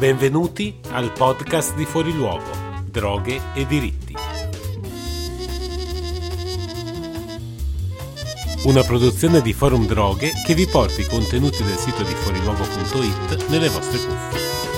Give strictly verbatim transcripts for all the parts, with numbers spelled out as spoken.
Benvenuti al podcast di Fuori Luogo, Droghe e Diritti. Una produzione di Forum Droghe che vi porta i contenuti del sito di fuoriluogo punto it nelle vostre cuffie.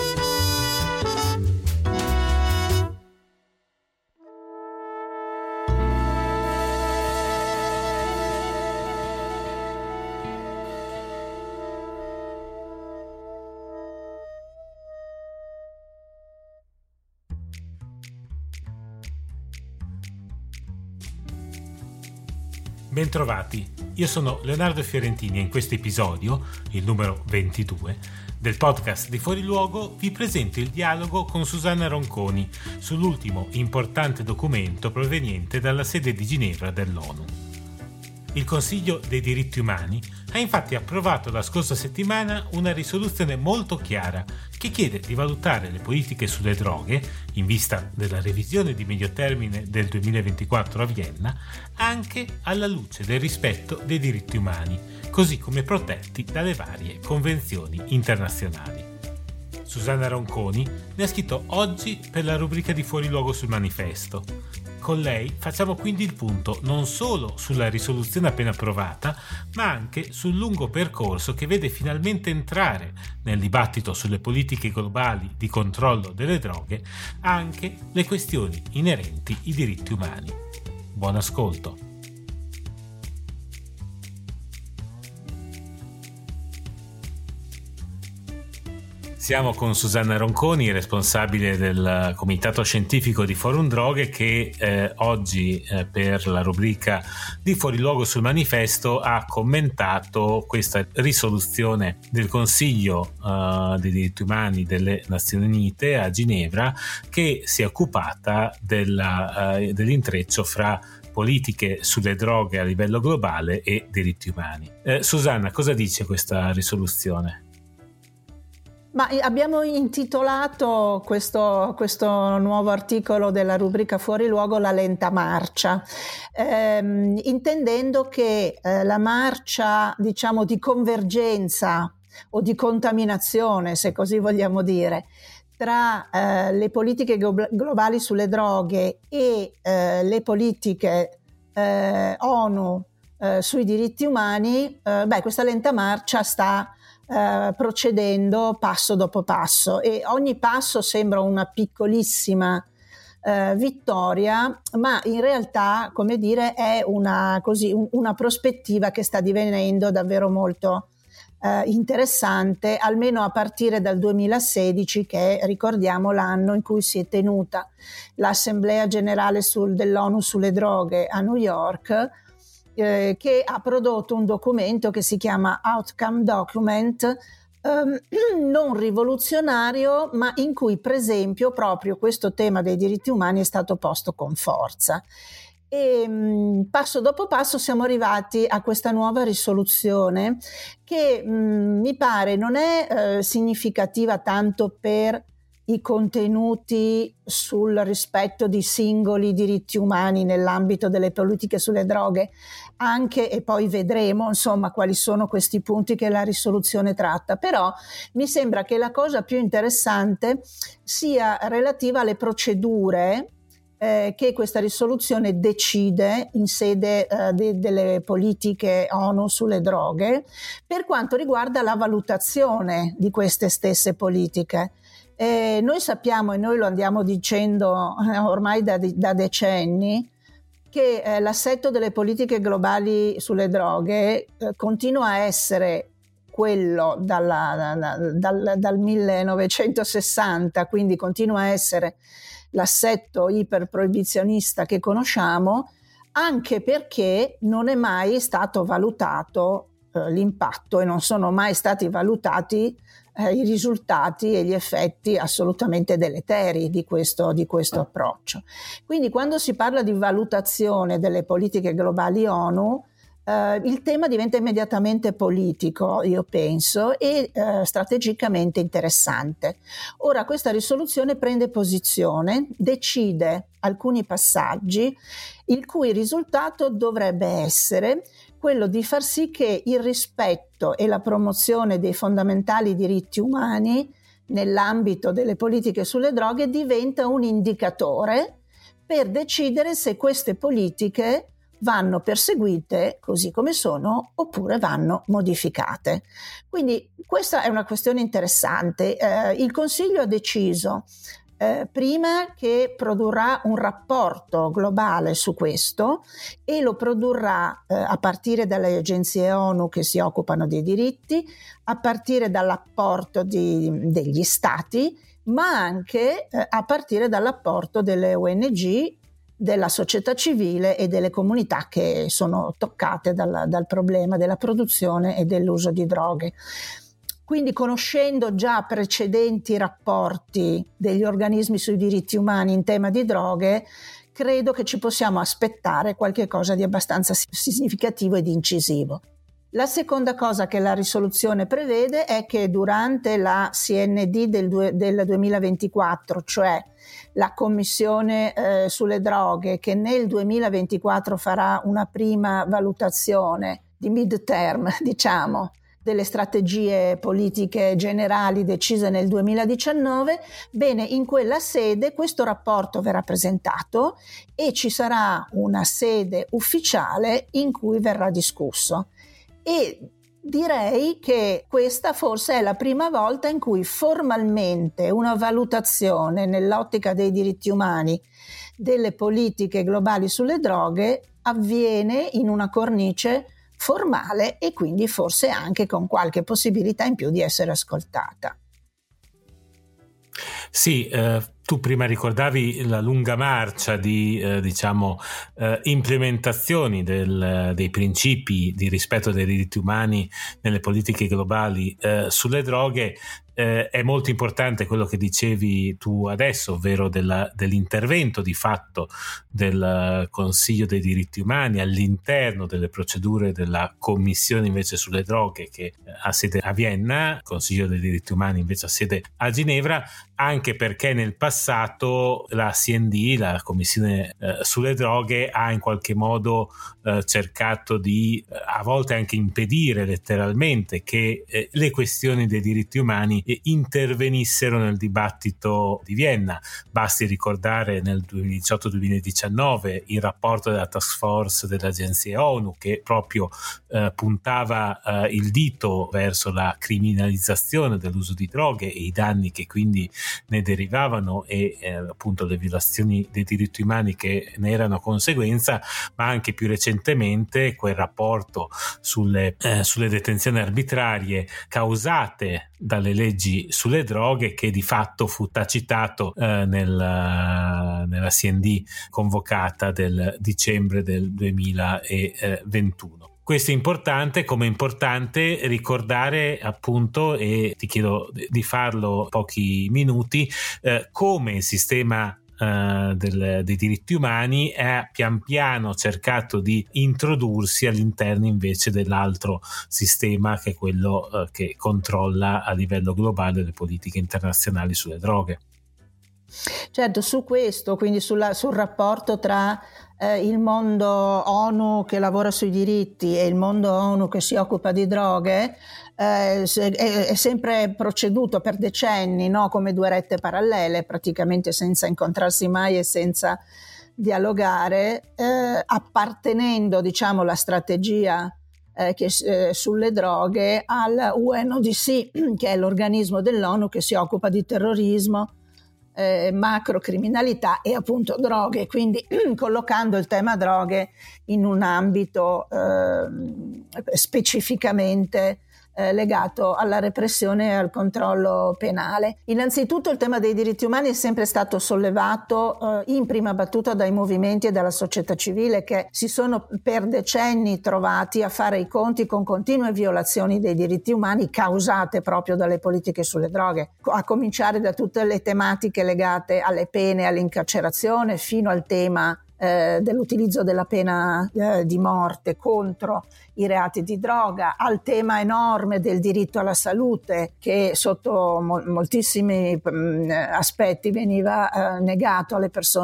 Bentrovati, io sono Leonardo Fiorentini e in questo episodio, il numero ventidue, del podcast di Fuori Luogo vi presento il dialogo con Susanna Ronconi sull'ultimo importante documento proveniente dalla sede di Ginevra dell'ONU. Il Consiglio dei diritti umani ha infatti approvato la scorsa settimana una risoluzione molto chiara che chiede di valutare le politiche sulle droghe, in vista della revisione di medio termine del duemilaventiquattro a Vienna, anche alla luce del rispetto dei diritti umani, così come protetti dalle varie convenzioni internazionali. Susanna Ronconi ne ha scritto oggi per la rubrica di Fuori Luogo sul Manifesto. Con lei facciamo quindi il punto non solo sulla risoluzione appena approvata, ma anche sul lungo percorso che vede finalmente entrare nel dibattito sulle politiche globali di controllo delle droghe anche le questioni inerenti ai diritti umani. Buon ascolto. Siamo con Susanna Ronconi, responsabile del comitato scientifico di Forum Droghe, che eh, oggi eh, per la rubrica di Fuori Luogo sul Manifesto ha commentato questa risoluzione del Consiglio eh, dei diritti umani delle Nazioni Unite a Ginevra, che si è occupata della, eh, dell'intreccio fra politiche sulle droghe a livello globale e diritti umani. Eh, Susanna, cosa dice questa risoluzione? Ma abbiamo intitolato questo, questo nuovo articolo della rubrica Fuori Luogo la lenta marcia, ehm, intendendo che eh, la marcia, diciamo, di convergenza o di contaminazione, se così vogliamo dire, tra eh, le politiche glo- globali sulle droghe e eh, le politiche eh, ONU eh, sui diritti umani, eh, beh, questa lenta marcia sta Uh, procedendo passo dopo passo, e ogni passo sembra una piccolissima uh, vittoria, ma in realtà, come dire, è una, così, un, una prospettiva che sta divenendo davvero molto uh, interessante, almeno a partire dal duemilasedici, che è, ricordiamo, l'anno in cui si è tenuta l'Assemblea Generale sul, dell'ONU sulle droghe a New York, Eh, che ha prodotto un documento che si chiama Outcome Document, ehm, non rivoluzionario, ma in cui per esempio proprio questo tema dei diritti umani è stato posto con forza. E mh, passo dopo passo siamo arrivati a questa nuova risoluzione che mh, mi pare non è eh, significativa tanto per i contenuti sul rispetto di singoli diritti umani nell'ambito delle politiche sulle droghe, anche, e poi vedremo insomma quali sono questi punti che la risoluzione tratta, però mi sembra che la cosa più interessante sia relativa alle procedure eh, che questa risoluzione decide in sede eh, de- delle politiche ONU sulle droghe per quanto riguarda la valutazione di queste stesse politiche. Eh, noi sappiamo, e noi lo andiamo dicendo eh, ormai da, da decenni, che eh, l'assetto delle politiche globali sulle droghe eh, continua a essere quello dalla, da, dal, dal millenovecentosessanta, quindi continua a essere l'assetto iperproibizionista che conosciamo, anche perché non è mai stato valutato eh, l'impatto e non sono mai stati valutati Eh, i risultati e gli effetti assolutamente deleteri di questo, di questo approccio. Quindi quando si parla di valutazione delle politiche globali ONU, eh, il tema diventa immediatamente politico, io penso, e eh, strategicamente interessante. Ora questa risoluzione prende posizione, decide alcuni passaggi, il cui risultato dovrebbe essere quello di far sì che il rispetto e la promozione dei fondamentali diritti umani nell'ambito delle politiche sulle droghe diventa un indicatore per decidere se queste politiche vanno perseguite così come sono oppure vanno modificate. Quindi questa è una questione interessante. Eh, il Consiglio ha deciso eh, prima che produrrà un rapporto globale su questo e lo produrrà eh, a partire dalle agenzie ONU che si occupano dei diritti, a partire dall'apporto di, degli stati, ma anche eh, a partire dall'apporto delle O N G, della società civile e delle comunità che sono toccate dal, dal problema della produzione e dell'uso di droghe. Quindi, conoscendo già precedenti rapporti degli organismi sui diritti umani in tema di droghe, credo che ci possiamo aspettare qualche cosa di abbastanza significativo ed incisivo. La seconda cosa che la risoluzione prevede è che durante la C N D del, del duemilaventiquattro, cioè la Commissione eh, sulle droghe, che nel duemilaventiquattro farà una prima valutazione di mid-term, diciamo, delle strategie politiche generali decise nel duemiladiciannove, bene, in quella sede questo rapporto verrà presentato e ci sarà una sede ufficiale in cui verrà discusso. E direi che questa forse è la prima volta in cui formalmente una valutazione nell'ottica dei diritti umani delle politiche globali sulle droghe avviene in una cornice formale e quindi forse anche con qualche possibilità in più di essere ascoltata. Sì, eh, tu prima ricordavi la lunga marcia di eh, diciamo eh, implementazioni del, dei principi di rispetto dei diritti umani nelle politiche globali eh, sulle droghe. Eh, è molto importante quello che dicevi tu adesso, ovvero della, dell'intervento di fatto del Consiglio dei diritti umani all'interno delle procedure della Commissione invece sulle droghe, che ha sede a Vienna, Consiglio dei diritti umani invece ha sede a Ginevra, anche perché nel passato la C N D, la Commissione eh, sulle droghe, ha in qualche modo eh, cercato di eh, a volte anche impedire letteralmente che eh, le questioni dei diritti umani intervenissero nel dibattito di Vienna. Basti ricordare nel duemiladiciotto duemiladiciannove il rapporto della task force delle agenzie ONU che proprio eh, puntava eh, il dito verso la criminalizzazione dell'uso di droghe e i danni che quindi ne derivavano e eh, appunto le violazioni dei diritti umani che ne erano conseguenza, ma anche più recentemente quel rapporto sulle, eh, sulle detenzioni arbitrarie causate dalle leggi sulle droghe, che di fatto fu tacitato eh, nel, nella C N D convocata del dicembre del duemilaventuno. Questo è importante, come è importante ricordare appunto, e ti chiedo di farlo pochi minuti, eh, come il sistema Uh, del, dei diritti umani ha pian piano cercato di introdursi all'interno invece dell'altro sistema, che è quello uh, che controlla a livello globale le politiche internazionali sulle droghe. Certo, su questo, quindi sulla, sul rapporto tra eh, il mondo ONU che lavora sui diritti e il mondo ONU che si occupa di droghe, eh, è, è sempre proceduto per decenni, no? Come due rette parallele, praticamente senza incontrarsi mai e senza dialogare, eh, appartenendo, diciamo, la strategia eh, che, eh, sulle droghe al U N O D C, che è l'organismo dell'ONU che si occupa di terrorismo, Eh, macrocriminalità e appunto droghe, quindi collocando il tema droghe in un ambito eh, specificamente eh, legato alla repressione e al controllo penale. Innanzitutto il tema dei diritti umani è sempre stato sollevato eh, in prima battuta dai movimenti e dalla società civile, che si sono per decenni trovati a fare i conti con continue violazioni dei diritti umani causate proprio dalle politiche sulle droghe, a cominciare da tutte le tematiche legate alle pene, all'incarcerazione, fino al tema Eh, dell'utilizzo della pena eh, di morte contro i reati di droga, al tema enorme del diritto alla salute, che sotto mo- moltissimi mh, aspetti veniva eh, negato alle persone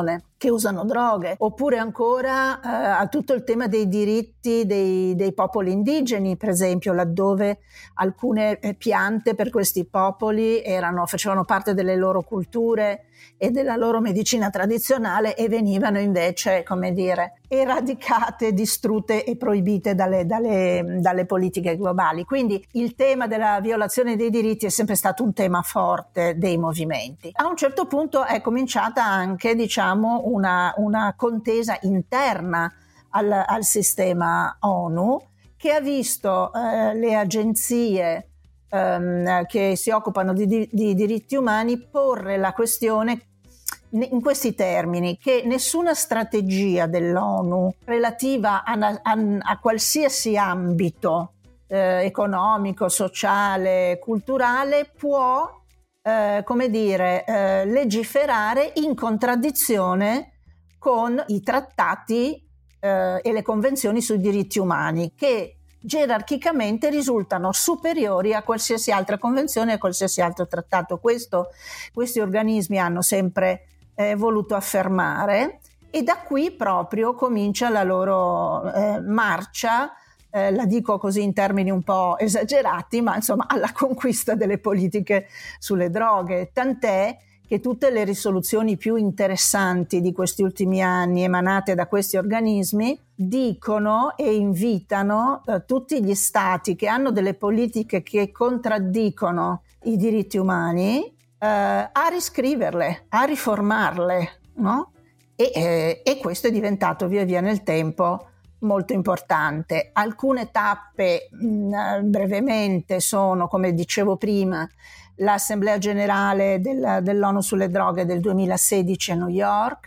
che usano droghe, oppure ancora eh, a tutto il tema dei diritti dei, dei popoli indigeni, per esempio, laddove alcune piante per questi popoli erano, facevano parte delle loro culture e della loro medicina tradizionale e venivano invece, come dire, eradicate, distrutte e proibite dalle, dalle, dalle politiche globali. Quindi il tema della violazione dei diritti è sempre stato un tema forte dei movimenti. A un certo punto è cominciata anche, diciamo, una, una contesa interna al, al sistema ONU, che ha visto eh, le agenzie ehm, che si occupano di, di, di diritti umani porre la questione in questi termini, che nessuna strategia dell'ONU relativa a, a, a qualsiasi ambito eh, economico, sociale, culturale può, eh, come dire, eh, legiferare in contraddizione con i trattati eh, e le convenzioni sui diritti umani, che gerarchicamente risultano superiori a qualsiasi altra convenzione e a qualsiasi altro trattato. Questo, questi organismi hanno sempre eh, voluto affermare, e da qui proprio comincia la loro eh, marcia, eh, la dico così in termini un po' esagerati, ma insomma alla conquista delle politiche sulle droghe, tant'è che tutte le risoluzioni più interessanti di questi ultimi anni emanate da questi organismi dicono e invitano eh, tutti gli stati che hanno delle politiche che contraddicono i diritti umani eh, a riscriverle, a riformarle, no? E, eh, e questo è diventato via via nel tempo molto importante. Alcune tappe mh, brevemente sono, come dicevo prima, l'Assemblea Generale del, dell'ONU sulle droghe del duemilasedici a New York,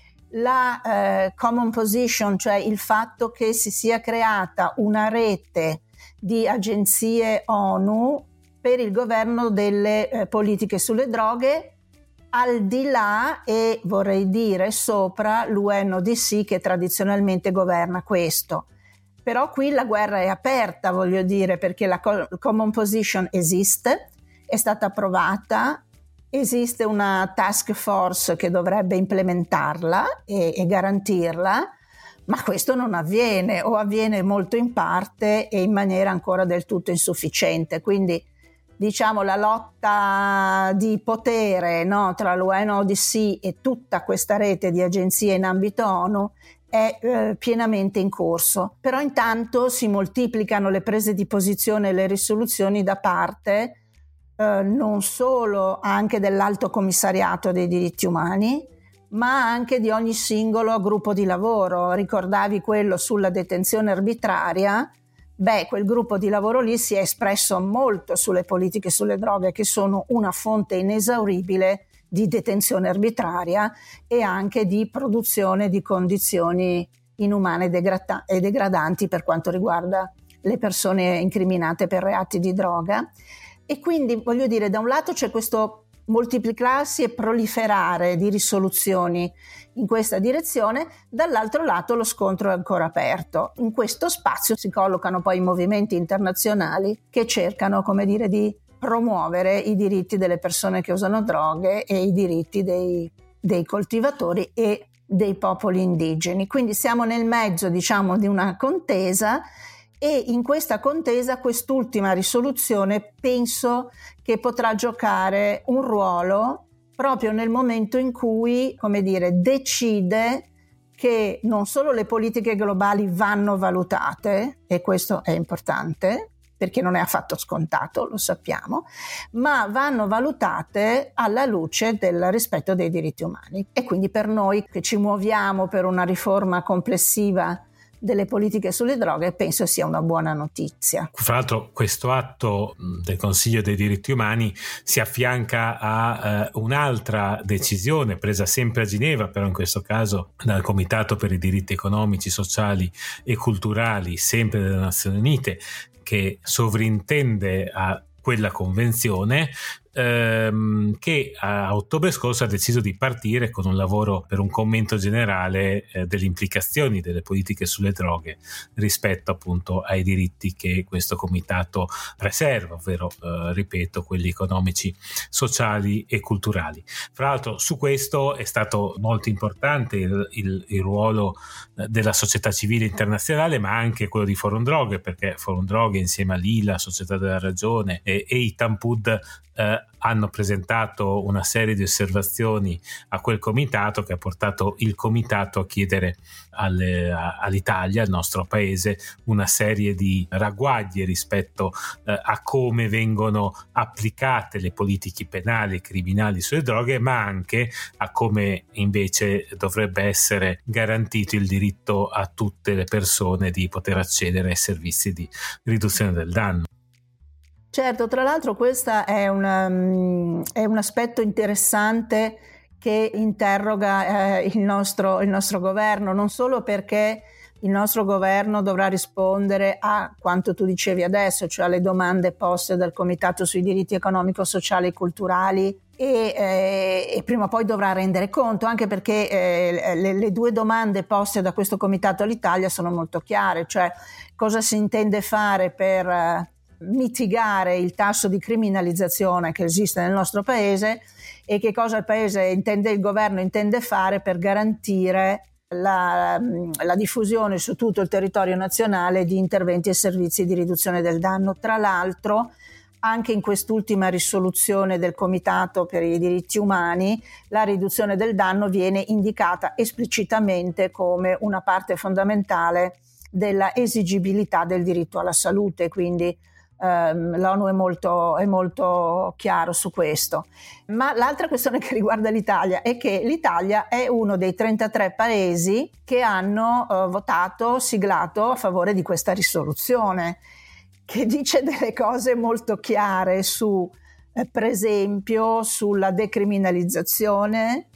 la eh, Common Position, cioè il fatto che si sia creata una rete di agenzie ONU per il governo delle eh, politiche sulle droghe, al di là e vorrei dire sopra l'U N O D C, che tradizionalmente governa questo. Però qui la guerra è aperta, voglio dire, perché la Common Position esiste, è stata approvata, esiste una task force che dovrebbe implementarla e, e garantirla, ma questo non avviene, o avviene molto in parte e in maniera ancora del tutto insufficiente. Quindi diciamo la lotta di potere, no, tra l'U N O D C e tutta questa rete di agenzie in ambito ONU è eh, pienamente in corso. Però intanto si moltiplicano le prese di posizione e le risoluzioni da parte eh, non solo anche dell'Alto Commissariato dei diritti umani, ma anche di ogni singolo gruppo di lavoro. Ricordavi quello sulla detenzione arbitraria? Beh, quel gruppo di lavoro lì si è espresso molto sulle politiche sulle droghe, che sono una fonte inesauribile di detenzione arbitraria e anche di produzione di condizioni inumane e degradanti per quanto riguarda le persone incriminate per reati di droga. E quindi, voglio dire, da un lato c'è questo moltiplicarsi e proliferare di risoluzioni in questa direzione, dall'altro lato lo scontro è ancora aperto. In questo spazio si collocano poi i movimenti internazionali che cercano, come dire, di promuovere i diritti delle persone che usano droghe e i diritti dei, dei coltivatori e dei popoli indigeni. Quindi siamo nel mezzo, diciamo, di una contesa, e in questa contesa quest'ultima risoluzione penso che potrà giocare un ruolo proprio nel momento in cui, come dire, decide che non solo le politiche globali vanno valutate, e questo è importante perché non è affatto scontato, lo sappiamo, ma vanno valutate alla luce del rispetto dei diritti umani. E quindi per noi che ci muoviamo per una riforma complessiva delle politiche sulle droghe penso sia una buona notizia. Fra l'altro questo atto del Consiglio dei diritti umani si affianca a eh, un'altra decisione presa sempre a Ginevra, però in questo caso dal Comitato per i diritti economici, sociali e culturali, sempre delle Nazioni Unite, che sovrintende a quella convenzione, ehm, che a ottobre scorso ha deciso di partire con un lavoro per un commento generale eh, delle implicazioni delle politiche sulle droghe rispetto appunto ai diritti che questo comitato preserva, ovvero eh, ripeto quelli economici, sociali e culturali. Fra l'altro su questo è stato molto importante il, il, il ruolo eh, della società civile internazionale, ma anche quello di Forum Droghe, perché Forum Droghe insieme a Lila, Società della Ragione e, e i Tampud eh, hanno presentato una serie di osservazioni a quel comitato, che ha portato il comitato a chiedere alle, a, all'Italia, al nostro paese, una serie di ragguaglie rispetto eh, a come vengono applicate le politiche penali e criminali sulle droghe, ma anche a come invece dovrebbe essere garantito il diritto a tutte le persone di poter accedere ai servizi di riduzione del danno. Certo, tra l'altro questo è, una, è un aspetto interessante che interroga eh, il, nostro, il nostro governo, non solo perché il nostro governo dovrà rispondere a quanto tu dicevi adesso, cioè alle domande poste dal Comitato sui diritti economico, sociali e culturali, e, eh, e prima o poi dovrà rendere conto, anche perché eh, le, le due domande poste da questo Comitato all'Italia sono molto chiare, cioè cosa si intende fare per eh, mitigare il tasso di criminalizzazione che esiste nel nostro paese e che cosa il paese intende, il governo intende fare per garantire la, la diffusione su tutto il territorio nazionale di interventi e servizi di riduzione del danno. Tra l'altro, anche in quest'ultima risoluzione del Comitato per i diritti umani, la riduzione del danno viene indicata esplicitamente come una parte fondamentale della esigibilità del diritto alla salute, quindi Um, l'ONU è molto, è molto chiaro su questo. Ma l'altra questione che riguarda l'Italia è che l'Italia è uno dei trentatré paesi che hanno uh, votato, siglato a favore di questa risoluzione, che dice delle cose molto chiare su, eh, per esempio, sulla decriminalizzazione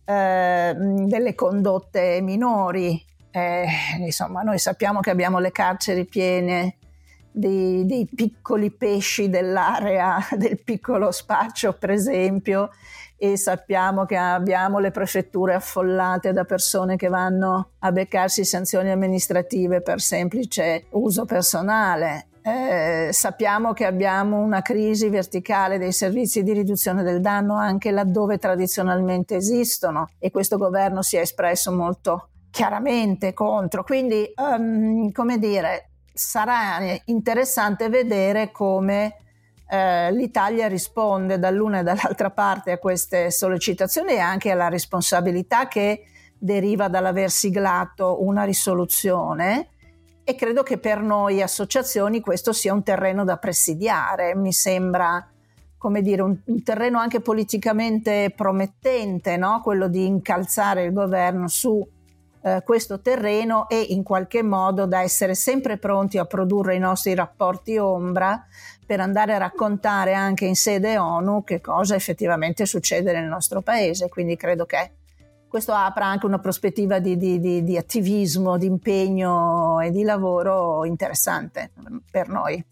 eh, delle condotte minori. Eh, insomma, noi sappiamo che abbiamo le carceri piene Dei, dei piccoli pesci dell'area del piccolo spaccio, per esempio, e sappiamo che abbiamo le prefetture affollate da persone che vanno a beccarsi sanzioni amministrative per semplice uso personale. Eh, sappiamo che abbiamo una crisi verticale dei servizi di riduzione del danno anche laddove tradizionalmente esistono, e questo governo si è espresso molto chiaramente contro. Quindi, um, come dire, sarà interessante vedere come eh, l'Italia risponde dall'una e dall'altra parte a queste sollecitazioni e anche alla responsabilità che deriva dall'aver siglato una risoluzione, e credo che per noi associazioni questo sia un terreno da presidiare. Mi sembra, come dire, un, un terreno anche politicamente promettente, no? Quello di incalzare il governo su Uh, questo terreno e in qualche modo da essere sempre pronti a produrre i nostri rapporti ombra per andare a raccontare anche in sede ONU che cosa effettivamente succede nel nostro paese. Quindi credo che questo apra anche una prospettiva di, di, di, di attivismo, di impegno e di lavoro interessante per noi.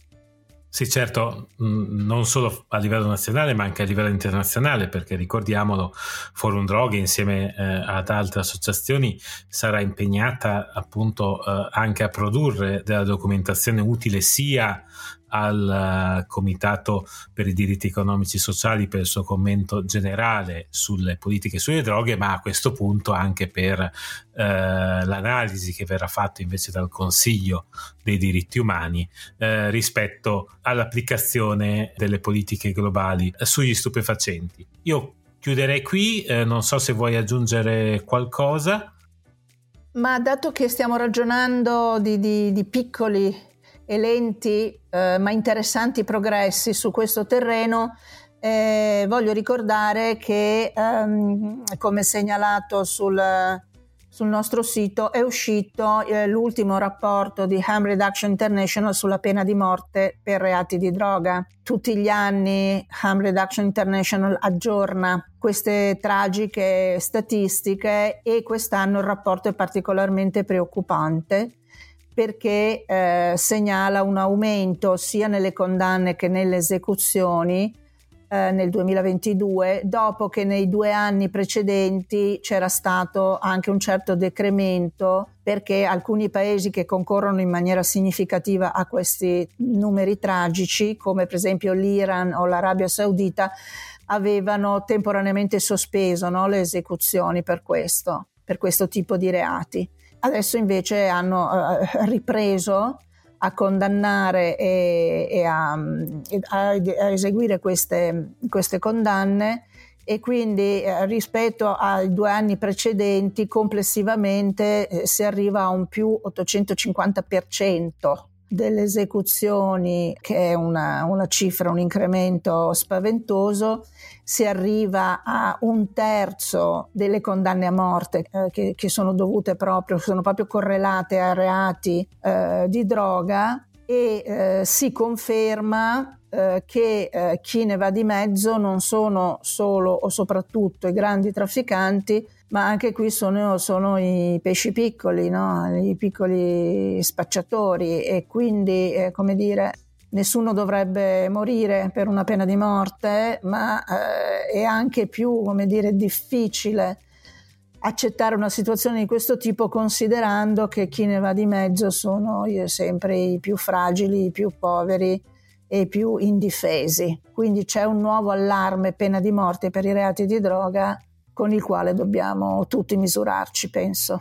Sì, certo, non solo a livello nazionale ma anche a livello internazionale, perché ricordiamolo, Forum Droghe insieme eh, ad altre associazioni sarà impegnata appunto eh, anche a produrre della documentazione utile sia al uh, Comitato per i diritti economici e sociali per il suo commento generale sulle politiche sulle droghe, ma a questo punto anche per uh, l'analisi che verrà fatta invece dal Consiglio dei diritti umani uh, rispetto all'applicazione delle politiche globali sugli stupefacenti. Io chiuderei qui, eh, non so se vuoi aggiungere qualcosa. Ma dato che stiamo ragionando di, di, di piccoli e lenti eh, ma interessanti progressi su questo terreno, eh, voglio ricordare che ehm, come segnalato sul, sul nostro sito è uscito eh, l'ultimo rapporto di Harm Reduction International sulla pena di morte per reati di droga. Tutti gli anni Harm Reduction International aggiorna queste tragiche statistiche e quest'anno il rapporto è particolarmente preoccupante, perché eh, segnala un aumento sia nelle condanne che nelle esecuzioni eh, nel duemilaventidue, dopo che nei due anni precedenti c'era stato anche un certo decremento, perché alcuni paesi che concorrono in maniera significativa a questi numeri tragici, come per esempio l'Iran o l'Arabia Saudita, avevano temporaneamente sospeso, no, le esecuzioni per questo, per questo tipo di reati. Adesso invece hanno uh, ripreso a condannare e, e, a, e a, a eseguire queste, queste condanne, e quindi eh, rispetto ai due anni precedenti complessivamente eh, si arriva a un più ottocentocinquanta per cento delle esecuzioni, che è una, una cifra, un incremento spaventoso. Si arriva a un terzo delle condanne a morte eh, che, che sono dovute proprio, sono proprio correlate a reati eh, di droga, e eh, si conferma eh, che eh, chi ne va di mezzo non sono solo o soprattutto i grandi trafficanti, ma anche qui sono, sono i pesci piccoli, no? I piccoli spacciatori, e quindi eh, come dire, nessuno dovrebbe morire per una pena di morte, ma eh, è anche più, come dire, difficile accettare una situazione di questo tipo, considerando che chi ne va di mezzo sono sempre i più fragili, i più poveri e i più indifesi. Quindi c'è un nuovo allarme pena di morte per i reati di droga con il quale dobbiamo tutti misurarci, penso.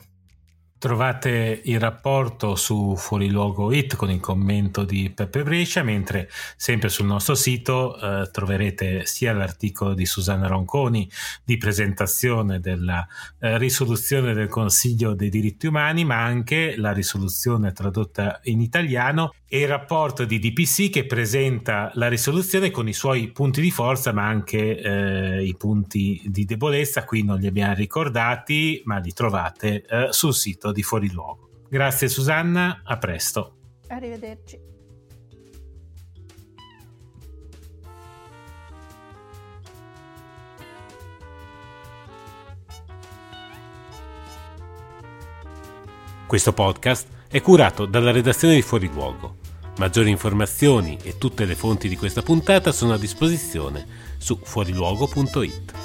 Trovate il rapporto su Fuoriluogo It con il commento di Peppe Brescia, mentre sempre sul nostro sito eh, troverete sia l'articolo di Susanna Ronconi di presentazione della eh, risoluzione del Consiglio dei diritti umani, ma anche la risoluzione tradotta in italiano, e il rapporto di D P C che presenta la risoluzione con i suoi punti di forza ma anche eh, i punti di debolezza. Qui non li abbiamo ricordati, ma li trovate eh, sul sito di Fuoriluogo. Grazie Susanna, a presto. Arrivederci. Questo podcast è curato dalla redazione di Fuoriluogo. Maggiori informazioni e tutte le fonti di questa puntata sono a disposizione su fuoriluogo punto it.